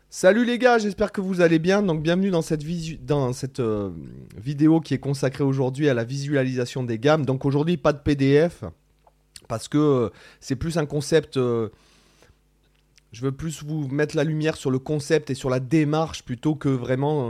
Salut les gars, j'espère que vous allez bien. Donc bienvenue dans cette, vidéo qui est consacrée aujourd'hui à la visualisation des gammes. Donc aujourd'hui pas de PDF parce que c'est plus un concept. Je veux plus vous mettre la lumière sur le concept et sur la démarche plutôt que vraiment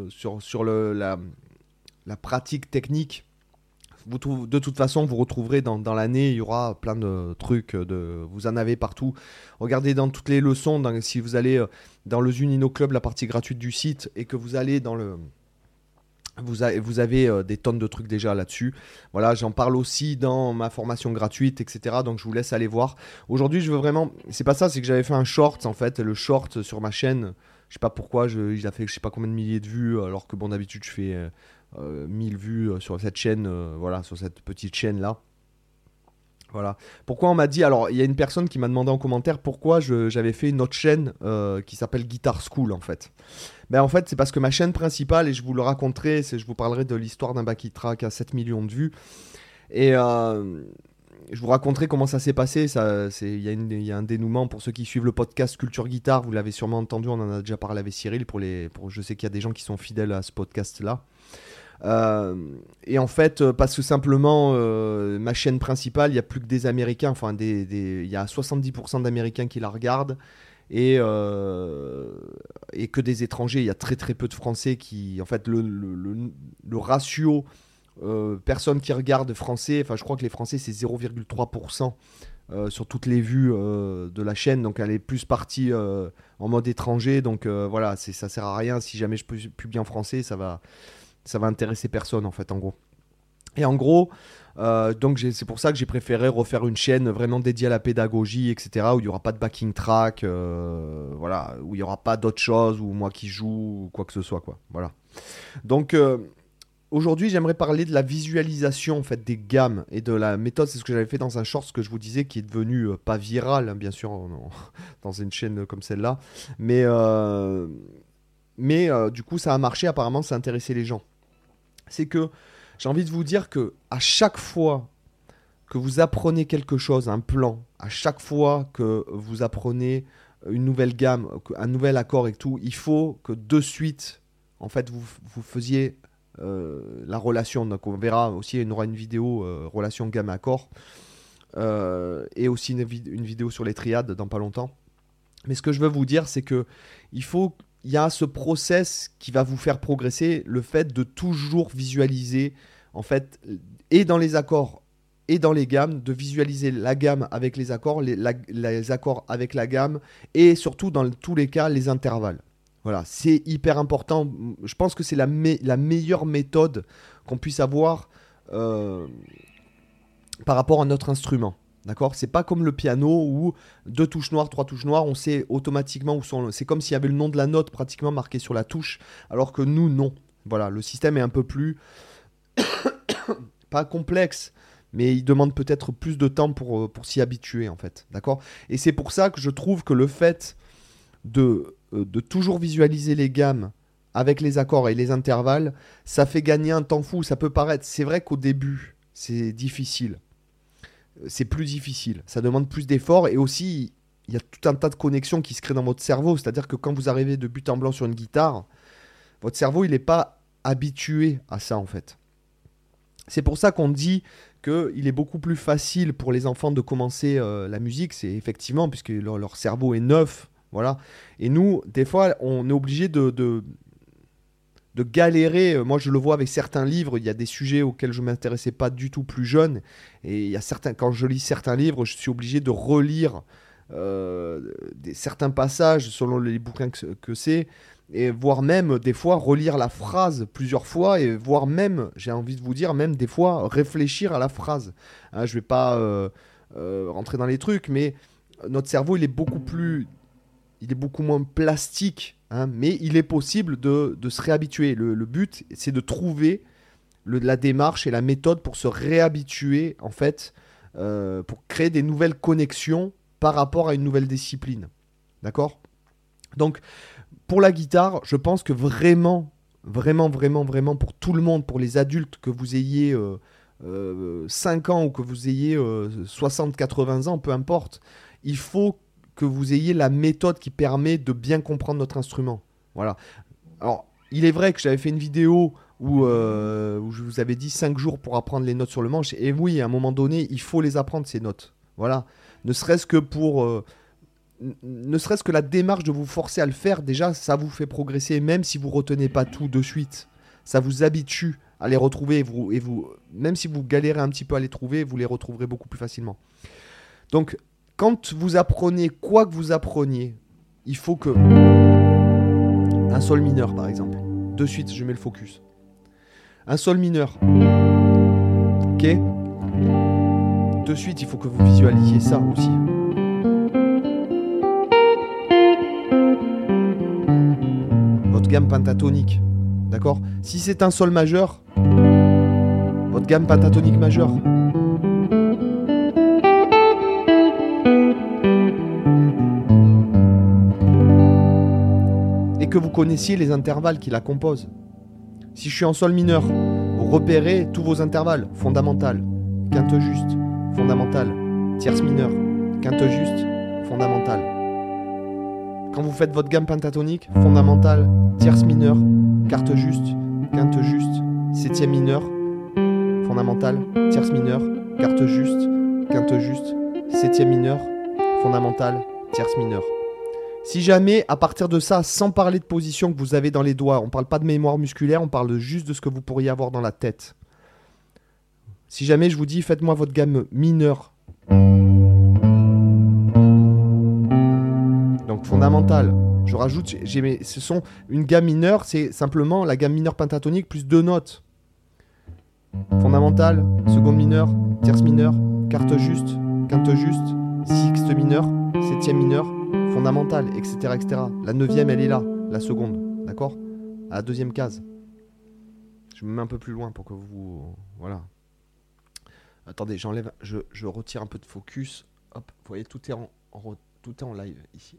la pratique technique. De toute façon, vous retrouverez dans l'année, il y aura plein de trucs, vous en avez partout. Regardez dans toutes les leçons, si vous allez dans le Zunino Club, la partie gratuite du site, et que vous allez dans le... Vous avez des tonnes de trucs déjà là-dessus. Voilà, j'en parle aussi dans ma formation gratuite, etc. Donc je vous laisse aller voir. Aujourd'hui, je veux vraiment... C'est pas ça, c'est que j'avais fait un short, en fait. Le short sur ma chaîne, je sais pas pourquoi, il a fait je sais pas combien de milliers de vues, alors que bon, d'habitude, je fais 1000 vues sur cette chaîne, voilà, sur cette petite chaîne-là. Voilà. Pourquoi on m'a dit... Alors, il y a une personne qui m'a demandé en commentaire pourquoi j'avais fait une autre chaîne qui s'appelle Guitar School, en fait. Ben, en fait, c'est parce que ma chaîne principale, et je vous le raconterai, je vous parlerai de l'histoire d'un backing track à 7 millions de vues. Et je vous raconterai comment ça s'est passé. Il y a un dénouement pour ceux qui suivent le podcast Culture Guitare. Vous l'avez sûrement entendu, on en a déjà parlé avec Cyril. Je sais qu'il y a des gens qui sont fidèles à ce podcast-là. Et en fait, parce que simplement, ma chaîne principale, il n'y a plus que des Américains. Enfin, il y a 70% d'Américains qui la regardent. Et que des étrangers. Il y a très très peu de Français qui... En fait, le ratio personnes qui regardent français, enfin je crois que les Français c'est 0,3% sur toutes les vues de la chaîne. Donc elle est plus partie en mode étranger. Donc voilà, ça sert à rien. Si jamais je publie en français, ça va intéresser personne en fait, en gros. Et en gros, donc c'est pour ça que j'ai préféré refaire une chaîne vraiment dédiée à la pédagogie, etc., où il n'y aura pas de backing track, voilà, où il n'y aura pas d'autre chose, ou moi qui joue, ou quoi que ce soit, quoi. Voilà. Donc aujourd'hui, j'aimerais parler de la visualisation en fait des gammes et de la méthode. C'est ce que j'avais fait dans un short, ce que je vous disais, qui est devenu pas viral, hein, bien sûr, dans une chaîne comme celle-là, mais du coup, ça a marché. Apparemment, ça a intéressé les gens. C'est que j'ai envie de vous dire que à chaque fois que vous apprenez quelque chose, un plan, à chaque fois que vous apprenez une nouvelle gamme, un nouvel accord et tout, il faut que de suite, en fait, vous faisiez la relation. Donc on verra aussi, il y aura une vidéo relation gamme-accord et aussi une vidéo sur les triades dans pas longtemps. Mais ce que je veux vous dire, c'est que il y a ce process qui va vous faire progresser, le fait de toujours visualiser, en fait, et dans les accords et dans les gammes, de visualiser la gamme avec les accords, les accords avec la gamme, et surtout, dans tous les cas, les intervalles. Voilà, c'est hyper important. Je pense que c'est la meilleure méthode qu'on puisse avoir par rapport à notre instrument. D'accord. C'est pas comme le piano où 2 touches noires, 3 touches noires, on sait automatiquement où sont. C'est comme s'il y avait le nom de la note pratiquement marqué sur la touche, alors que nous, non. Voilà, le système est un peu plus. Pas complexe, mais il demande peut-être plus de temps pour s'y habituer, en fait. D'accord. Et c'est pour ça que je trouve que le fait de toujours visualiser les gammes avec les accords et les intervalles, ça fait gagner un temps fou. Ça peut paraître. C'est vrai qu'au début, c'est difficile. C'est plus difficile, ça demande plus d'efforts et aussi il y a tout un tas de connexions qui se créent dans votre cerveau, c'est-à-dire que quand vous arrivez de but en blanc sur une guitare, votre cerveau il n'est pas habitué à ça en fait. C'est pour ça qu'on dit qu'il est beaucoup plus facile pour les enfants de commencer la musique, c'est effectivement puisque leur cerveau est neuf, voilà. Et nous, des fois, on est obligé de galérer. Moi, je le vois avec certains livres. Il y a des sujets auxquels je ne m'intéressais pas du tout plus jeune. Et il y a quand je lis certains livres, je suis obligé de relire certains passages selon les bouquins que c'est. Et voire même, des fois, relire la phrase plusieurs fois. Et voire même, j'ai envie de vous dire, même des fois, réfléchir à la phrase. Hein, je ne vais pas rentrer dans les trucs, mais notre cerveau, il est beaucoup moins plastique, hein, mais il est possible de se réhabituer. Le but, c'est de trouver la démarche et la méthode pour se réhabituer, en fait, pour créer des nouvelles connexions par rapport à une nouvelle discipline. D'accord. Donc, pour la guitare, je pense que vraiment, vraiment, vraiment, vraiment, pour tout le monde, pour les adultes, que vous ayez 5 ans ou que vous ayez 60, 80 ans, peu importe, il faut que vous ayez la méthode qui permet de bien comprendre notre instrument. Voilà. Alors, il est vrai que j'avais fait une vidéo où je vous avais dit 5 jours pour apprendre les notes sur le manche. Et oui, à un moment donné, il faut les apprendre, ces notes. Voilà. Ne serait-ce que la démarche de vous forcer à le faire, déjà, ça vous fait progresser, même si vous retenez pas tout de suite. Ça vous habitue à les retrouver, et vous, même si vous galérez un petit peu à les trouver, vous les retrouverez beaucoup plus facilement. Donc, quand vous apprenez, quoi que vous appreniez, il faut que... Un sol mineur, par exemple. De suite, je mets le focus. Un sol mineur. Ok ? De suite, il faut que vous visualisiez ça aussi. Votre gamme pentatonique. D'accord ? Si c'est un sol majeur, votre gamme pentatonique majeure. Et que vous connaissiez les intervalles qui la composent. Si je suis en sol mineur, repérez tous vos intervalles. Fondamental, quinte juste, fondamental, tierce mineure, quinte juste, fondamental. Quand vous faites votre gamme pentatonique, fondamental, tierce mineure, quinte juste, septième mineure, fondamental, tierce mineure, quinte juste, septième mineure, fondamental, tierce mineure. Si jamais, à partir de ça, sans parler de position que vous avez dans les doigts, on ne parle pas de mémoire musculaire, on parle juste de ce que vous pourriez avoir dans la tête. Si jamais je vous dis, faites-moi votre gamme mineure. Donc fondamentale. Je rajoute, ce sont une gamme mineure, c'est simplement la gamme mineure pentatonique plus 2 notes. Fondamentale, seconde mineure, tierce mineure, quinte juste, sixte mineure, septième mineure, fondamentale, etc., etc. La neuvième, elle est là, la seconde, d'accord ? À la deuxième case. Je me mets un peu plus loin pour que vous... Voilà. Attendez, j'enlève... Je retire un peu de focus. Hop, vous voyez, tout est en live, ici.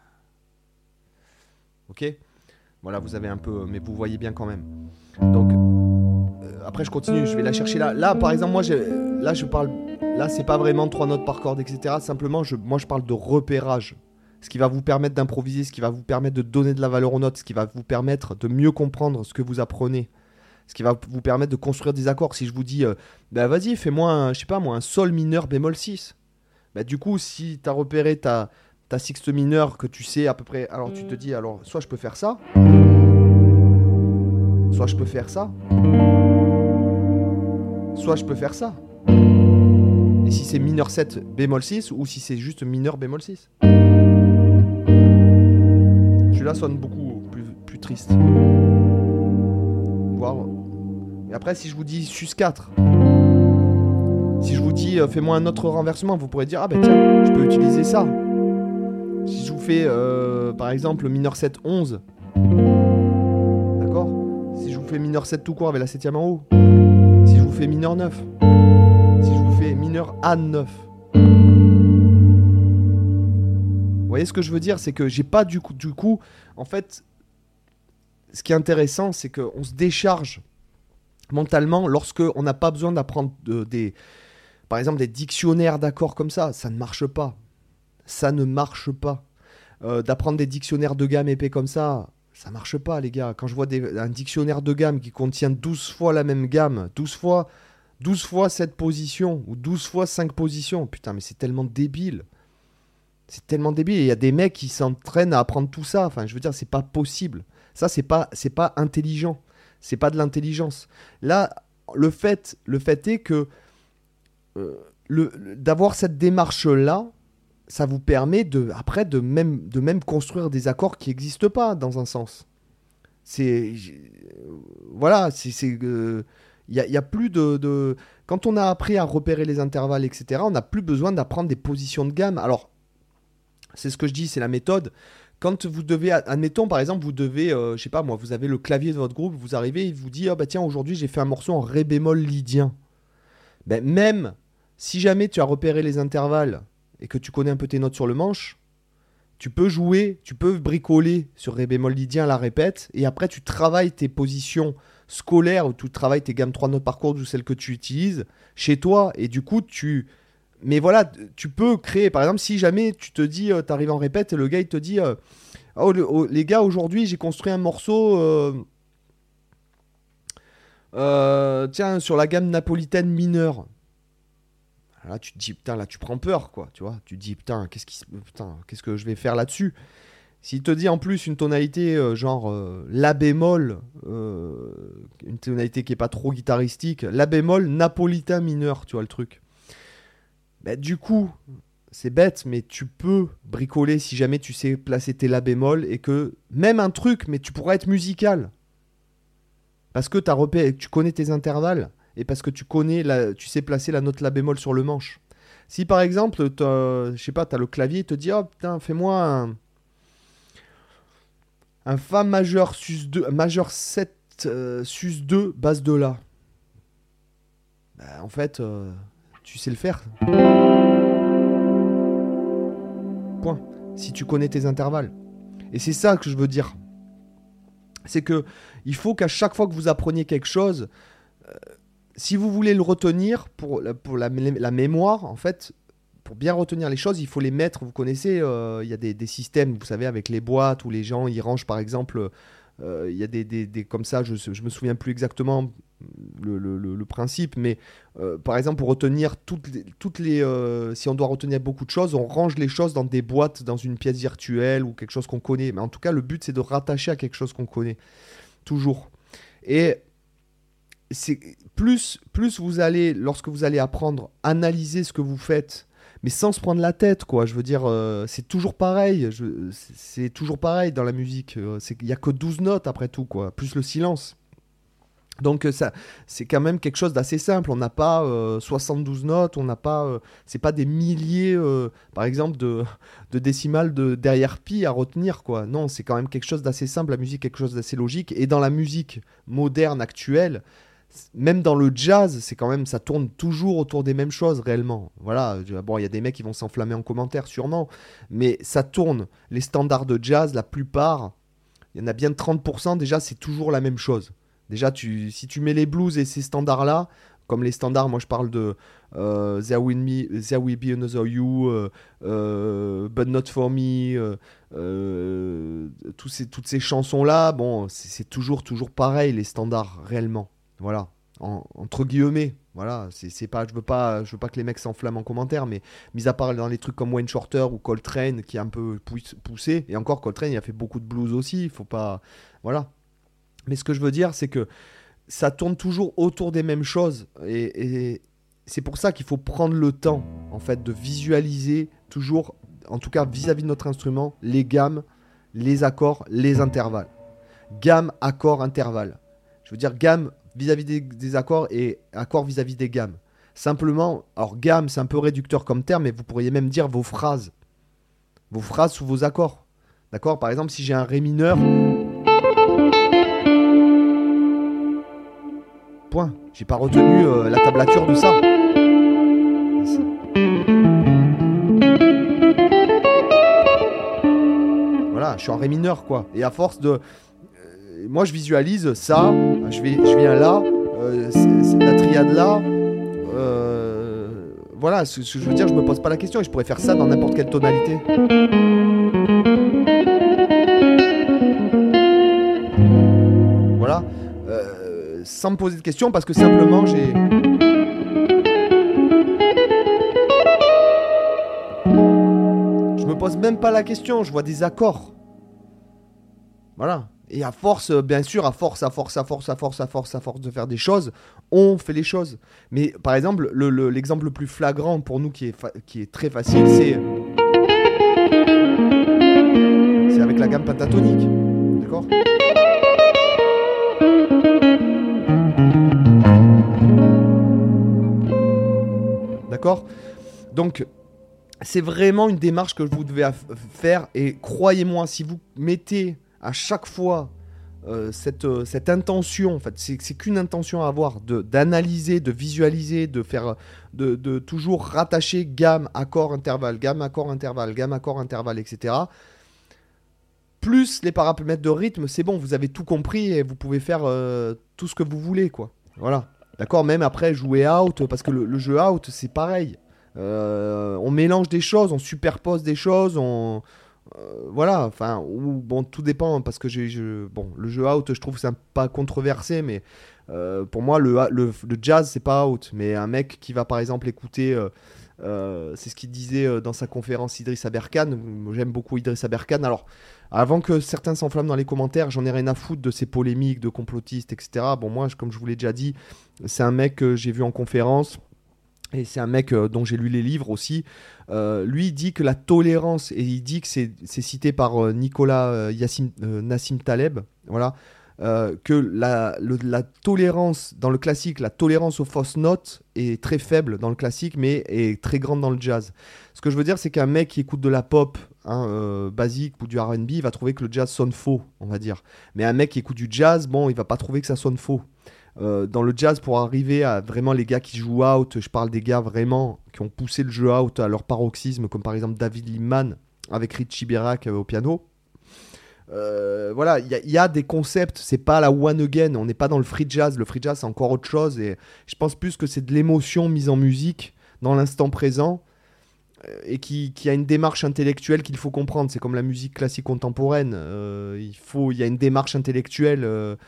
Ok ? Voilà, vous avez un peu... Mais vous voyez bien quand même. Donc, après, je continue. Je vais la chercher là. Là, par exemple, je parle... Là, c'est pas vraiment 3 notes par corde, etc. Simplement, moi, je parle de repérage. Ce qui va vous permettre d'improviser, ce qui va vous permettre de donner de la valeur aux notes, ce qui va vous permettre de mieux comprendre ce que vous apprenez, ce qui va vous permettre de construire des accords. Si je vous dis, vas-y, fais-moi un sol mineur bémol 6. Du coup, si tu as repéré ta sixte mineure que tu sais à peu près, alors tu te dis, alors soit je peux faire ça, soit je peux faire ça, soit je peux faire ça. Et si c'est mineur 7 bémol 6 ou si c'est juste mineur bémol 6. Celui-là sonne beaucoup plus triste. Wow. Et après, si je vous dis sus 4, si je vous dis fais-moi un autre renversement, vous pourrez dire ah ben tiens, je peux utiliser ça. Si je vous fais par exemple mineur 7 11, d'accord ? Si je vous fais mineur 7 tout court avec la septième en haut, si je vous fais mineur 9, si je vous fais mineur A9. Vous voyez ce que je veux dire, c'est que j'ai pas du coup, en fait, ce qui est intéressant, c'est qu'on se décharge mentalement lorsque on n'a pas besoin d'apprendre par exemple des dictionnaires d'accords comme ça. Ça ne marche pas. Ça ne marche pas. D'apprendre des dictionnaires de gamme épais comme ça, ça marche pas, les gars. Quand je vois un dictionnaire de gamme qui contient 12 fois la même gamme, 12 fois 7 positions ou 12 fois 5 positions, putain, mais c'est tellement débile. C'est tellement débile. Et il y a des mecs qui s'entraînent à apprendre tout ça. Enfin, je veux dire, c'est pas possible. Ça, c'est pas intelligent. C'est pas de l'intelligence. Là, le fait est que d'avoir cette démarche-là, ça vous permet après de même construire des accords qui n'existent pas, dans un sens. Voilà, il y a plus de... Quand on a appris à repérer les intervalles, etc., on n'a plus besoin d'apprendre des positions de gamme. Alors, c'est ce que je dis, c'est la méthode. Quand vous devez, admettons par exemple, vous devez, je sais pas moi, vous avez le clavier de votre groupe, vous arrivez, il vous dit, ah bah tiens, aujourd'hui j'ai fait un morceau en ré bémol lydien. Ben même si jamais tu as repéré les intervalles et que tu connais un peu tes notes sur le manche, tu peux bricoler sur ré bémol lydien à la répète, et après tu travailles tes positions scolaires, ou tu travailles tes gammes 3 notes par corde ou celles que tu utilises chez toi, et du coup tu Mais voilà, tu peux créer, par exemple, si jamais tu te dis, t'arrives en répète et le gars il te dit, les gars, aujourd'hui j'ai construit un morceau, tiens, sur la gamme napolitaine mineure. Là tu te dis, putain, là tu prends peur, quoi, tu vois. Tu te dis, putain, qu'est-ce que je vais faire là-dessus? S'il te dit en plus une tonalité genre La bémol, une tonalité qui est pas trop guitaristique, La bémol napolitain mineur, tu vois le truc. Bah, du coup, c'est bête, mais tu peux bricoler si jamais tu sais placer tes La bémol et que même un truc, mais tu pourras être musical parce que tu connais tes intervalles et parce que tu sais placer la note La bémol sur le manche. Si par exemple, je sais pas, t'as le clavier, il te dit, oh putain, fais-moi un Fa majeur sus 2, majeur 7 sus 2 basse de La. Bah, en fait, tu sais le faire. Point. Si tu connais tes intervalles. Et c'est ça que je veux dire. C'est que il faut qu'à chaque fois que vous appreniez quelque chose, si vous voulez le retenir pour la mémoire, en fait, pour bien retenir les choses, il faut les mettre. Vous connaissez, il y a des systèmes, vous savez, avec les boîtes où les gens ils rangent, par exemple, il y a des comme ça, je me souviens plus exactement le principe, mais par exemple, pour retenir toutes les si on doit retenir beaucoup de choses, on range les choses dans des boîtes, dans une pièce virtuelle ou quelque chose qu'on connaît. Mais en tout cas, le but, c'est de rattacher à quelque chose qu'on connaît, toujours. Et c'est plus vous allez, lorsque vous allez apprendre, analyser ce que vous faites, mais sans se prendre la tête, quoi. Je veux dire, c'est toujours pareil. C'est toujours pareil dans la musique. Il n'y a que 12 notes après tout, quoi. Plus le silence. Donc ça, c'est quand même quelque chose d'assez simple. On n'a pas 72 notes, on n'a pas, c'est pas des milliers, par exemple, de décimales derrière pi à retenir, quoi. Non, c'est quand même quelque chose d'assez simple. La musique, quelque chose d'assez logique. Et dans la musique moderne actuelle, même dans le jazz, c'est quand même, ça tourne toujours autour des mêmes choses réellement. Voilà, bon, il y a des mecs qui vont s'enflammer en commentaire sûrement, mais ça tourne. Les standards de jazz, la plupart, il y en a bien 30%, déjà c'est toujours la même chose. Déjà, si tu mets les blues et ces standards-là, comme les standards, moi je parle de There Will Be Another You, But Not For Me, toutes ces chansons-là, bon, c'est toujours pareil, les standards réellement. Voilà, entre guillemets. Voilà, c'est pas, je veux pas que les mecs s'enflamment en commentaire, mais mis à part dans les trucs comme Wayne Shorter ou Coltrane qui est un peu poussé, et encore Coltrane il a fait beaucoup de blues aussi, il faut pas, voilà. Mais ce que je veux dire, c'est que ça tourne toujours autour des mêmes choses, et c'est pour ça qu'il faut prendre le temps, en fait, de visualiser toujours, en tout cas vis-à-vis de notre instrument, les gammes, les accords, les intervalles. Gamme, accord, intervalle. Je veux dire gamme vis-à-vis des accords et accords vis-à-vis des gammes. Simplement, alors gamme, c'est un peu réducteur comme terme, mais vous pourriez même dire vos phrases. Vos phrases sous vos accords. D'accord ? Par exemple, si j'ai un Ré mineur, point. J'ai pas retenu la tablature de ça. Voilà, je suis en Ré mineur, quoi. Et à force de... moi, je visualise ça. Je viens là. C'est la triade là. Voilà, ce que je veux dire, je me pose pas la question. Et je pourrais faire ça dans n'importe quelle tonalité. Voilà. Sans me poser de questions, parce que simplement, je me pose même pas la question. Je vois des accords. Voilà. Et à force, bien sûr, à force de faire des choses, on fait les choses. Mais par exemple, l'exemple le plus flagrant pour nous qui est très facile, c'est avec la gamme pentatonique. D'accord ? D'accord ? Donc, c'est vraiment une démarche que vous devez faire. Et croyez-moi, si vous mettez à chaque fois cette intention, en fait, c'est qu'une intention à avoir, d'analyser, de visualiser, de faire, de toujours rattacher gamme, accord, intervalle, gamme, accord, intervalle, gamme, accord, intervalle, etc. Plus les paramètres de rythme, c'est bon, vous avez tout compris et vous pouvez faire tout ce que vous voulez, quoi. Voilà. D'accord, même après jouer out, parce que le jeu out, c'est pareil. On mélange des choses, on superpose des choses, voilà, enfin, bon, tout dépend, parce que bon, le jeu out, je trouve que c'est pas controversé, mais pour moi, le jazz, c'est pas out. Mais un mec qui va, par exemple, écouter, c'est ce qu'il disait dans sa conférence, Idriss Aberkan. J'aime beaucoup Idriss Aberkan. Alors, avant que certains s'enflamment dans les commentaires, j'en ai rien à foutre de ces polémiques, de complotistes, etc. Bon, moi, comme je vous l'ai déjà dit, c'est un mec que j'ai vu en conférence. Et c'est un mec dont j'ai lu les livres aussi. Lui, il dit que la tolérance, et il dit que c'est cité par Nicolas Nassim Taleb, voilà, que la tolérance dans le classique, la tolérance aux fausses notes est très faible dans le classique, mais est très grande dans le jazz. Ce que je veux dire, c'est qu'un mec qui écoute de la pop basique ou du R&B, il va trouver que le jazz sonne faux, on va dire. Mais un mec qui écoute du jazz, bon, il va pas trouver que ça sonne faux. Dans le jazz, pour arriver à vraiment les gars qui jouent out, je parle des gars vraiment qui ont poussé le jeu out à leur paroxysme, comme par exemple David Liebman avec Richie Berak au piano. Voilà, il y a des concepts, c'est pas la one again, on n'est pas dans le free jazz. Le free jazz, c'est encore autre chose, et je pense plus que c'est de l'émotion mise en musique dans l'instant présent, et qui a une démarche intellectuelle qu'il faut comprendre. C'est comme la musique classique contemporaine, il y a une démarche intellectuelle.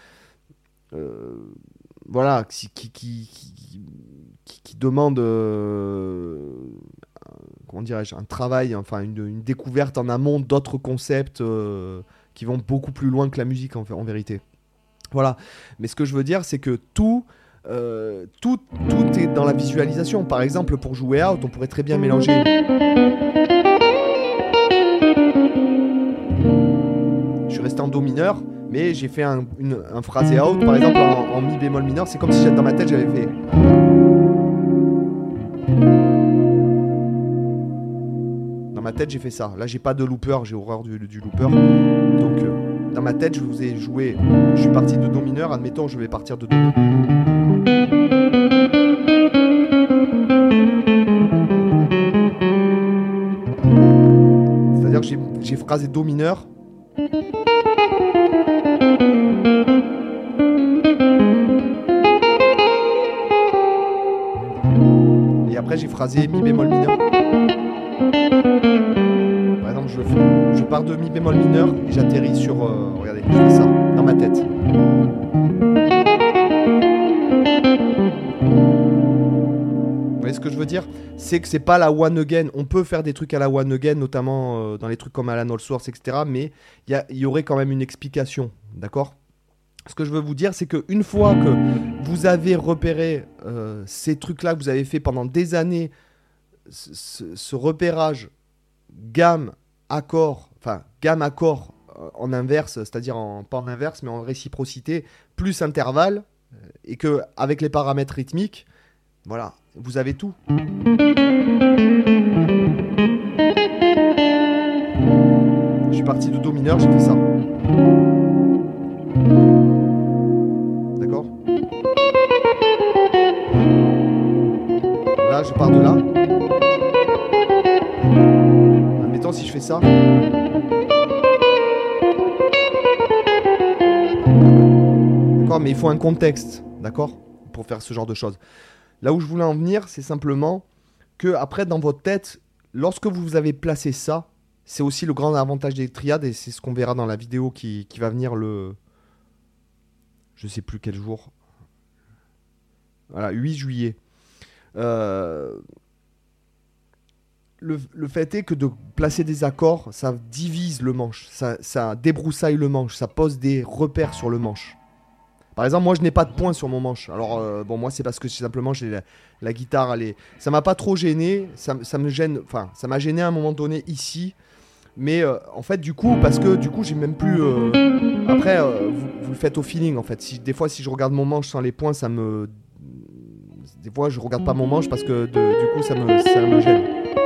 Voilà, qui demande comment dirais-je, un travail, enfin une découverte en amont d'autres concepts qui vont beaucoup plus loin que la musique en vérité. Voilà, mais ce que je veux dire, c'est que tout est dans la visualisation. Par exemple, pour jouer out, on pourrait très bien mélanger. Je suis resté en do mineur, mais j'ai fait un phrasé out, par exemple en mi bémol mineur. C'est comme si dans ma tête j'avais fait. Dans ma tête j'ai fait ça. Là j'ai pas de looper, j'ai horreur du looper. Donc dans ma tête je vous ai joué. Je suis parti de do mineur, admettons je vais partir de do mineur. C'est-à-dire que j'ai phrasé do mineur. Et après j'ai phrasé mi bémol mineur. Par exemple je pars de mi bémol mineur et j'atterris sur regardez, je fais ça dans ma tête. Vous voyez ce que je veux dire? C'est que c'est pas la one again. On peut faire des trucs à la one again, notamment dans les trucs comme Alan Allsworth, etc. Mais il y aurait quand même une explication, d'accord? Ce que je veux vous dire, c'est qu'une fois que vous avez repéré ces trucs-là que vous avez fait pendant des années, ce repérage gamme, accord en inverse, c'est-à-dire pas en inverse, mais en réciprocité, plus intervalle, et que avec les paramètres rythmiques, voilà, vous avez tout. Je suis parti de do mineur, j'ai fait ça. D'accord? Là, je pars de là. Admettons si je fais ça. D'accord, mais il faut un contexte, d'accord, pour faire ce genre de choses. Là où je voulais en venir, c'est simplement que après, dans votre tête, lorsque vous avez placé ça, c'est aussi le grand avantage des triades, et c'est ce qu'on verra dans la vidéo qui va venir le... Je sais plus quel jour. Voilà, 8 juillet. Le fait est que de placer des accords, ça divise le manche, ça débroussaille le manche, ça pose des repères sur le manche. Par exemple, moi je n'ai pas de points sur mon manche. Alors bon, moi c'est parce que simplement j'ai la guitare, ça m'a pas trop gêné, ça me gêne, enfin ça m'a gêné à un moment donné ici. Mais en fait, du coup, parce que du coup, j'ai même plus. Après, vous le faites au feeling en fait. Des fois, si je regarde mon manche sans les points, ça me. Des fois, je regarde pas mon manche parce que du coup, ça me gêne.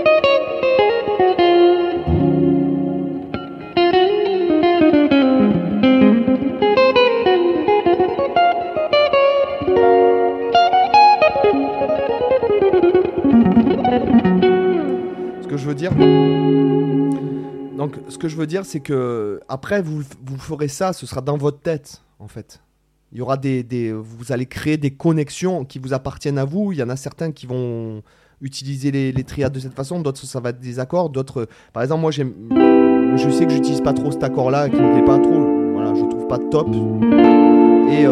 Ce que je veux dire. Donc, ce que je veux dire, c'est que après, vous ferez ça, ce sera dans votre tête, en fait. Il y aura vous allez créer des connexions qui vous appartiennent à vous. Il y en a certains qui vont utiliser les triades de cette façon, d'autres ça va être des accords, d'autres par exemple moi je sais que j'utilise pas trop cet accord là qui me plaît pas trop, voilà, je trouve pas top. Et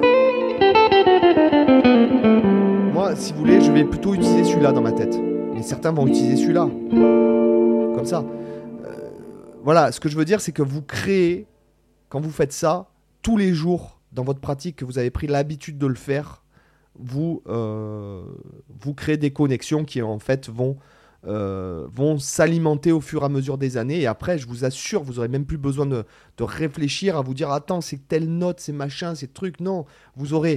moi si vous voulez je vais plutôt utiliser celui-là dans ma tête, mais certains vont utiliser celui-là comme ça. Voilà, ce que je veux dire c'est que vous créez, quand vous faites ça tous les jours dans votre pratique, que vous avez pris l'habitude de le faire, vous créez des connexions qui en fait vont s'alimenter au fur et à mesure des années, et après je vous assure vous n'aurez même plus besoin de réfléchir à vous dire attends c'est telle note, c'est machin, c'est truc, non, vous aurez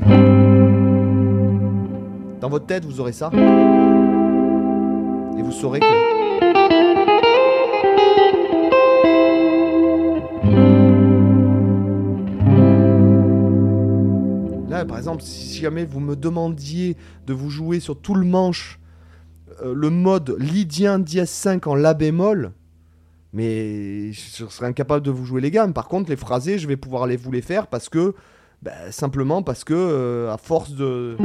dans votre tête vous aurez ça et vous saurez que là par exemple si jamais vous me demandiez de vous jouer sur tout le manche le mode lydien dièse 5 en la bémol, mais je serais incapable de vous jouer les gammes. Par contre, les phrasés, je vais pouvoir vous les faire parce que, simplement parce que, à force de...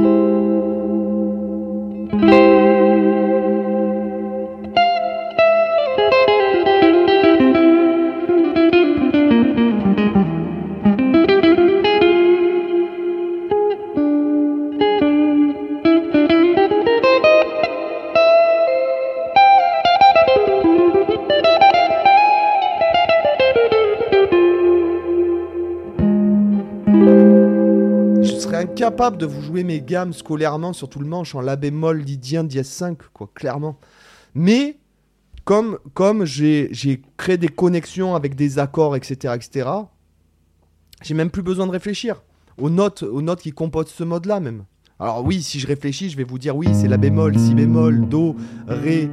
Incapable de vous jouer mes gammes scolairement sur tout le manche en la bémol lydien dièse 5 quoi, clairement. Mais comme j'ai créé des connexions avec des accords etc, j'ai même plus besoin de réfléchir aux notes qui composent ce mode là même. Alors oui, si je réfléchis je vais vous dire oui c'est la bémol, si bémol, do, ré,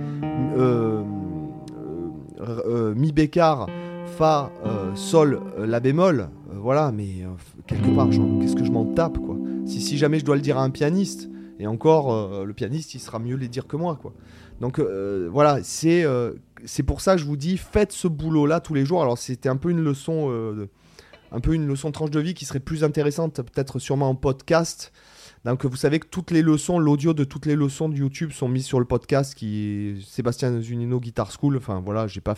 mi bécard, fa, sol, la bémol, voilà, mais quelque part qu'est-ce que je m'en tape quoi. Si jamais je dois le dire à un pianiste, et encore le pianiste il sera mieux les dire que moi quoi. Donc voilà, c'est pour ça que je vous dis faites ce boulot là tous les jours. Alors c'était un peu une leçon tranche de vie qui serait plus intéressante peut-être sûrement en podcast. Donc vous savez que toutes les leçons, l'audio de toutes les leçons de YouTube sont mises sur le podcast qui est Sébastien Zunino Guitar School. Enfin voilà, j'ai pas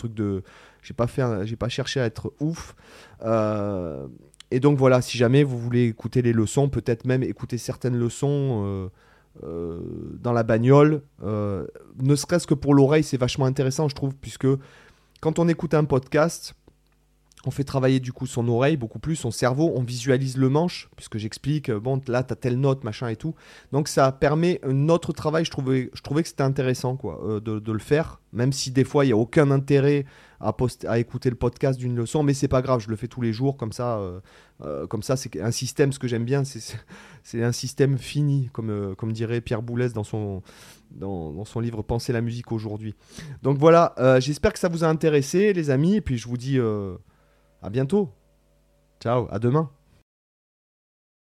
cherché à être ouf. Et donc voilà, si jamais vous voulez écouter les leçons, peut-être même écouter certaines leçons dans la bagnole, ne serait-ce que pour l'oreille, c'est vachement intéressant je trouve, puisque quand on écoute un podcast, on fait travailler du coup son oreille beaucoup plus, son cerveau, on visualise le manche, puisque j'explique, bon là t'as telle note, machin et tout. Donc ça permet un autre travail, je trouvais que c'était intéressant quoi, de le faire, même si des fois il n'y a aucun intérêt à écouter le podcast d'une leçon, mais c'est pas grave, je le fais tous les jours, comme ça c'est un système, ce que j'aime bien, c'est un système fini, comme dirait Pierre Boulez dans son livre Penser la musique aujourd'hui. Donc voilà, j'espère que ça vous a intéressé les amis, et puis je vous dis... à bientôt. Ciao, à demain.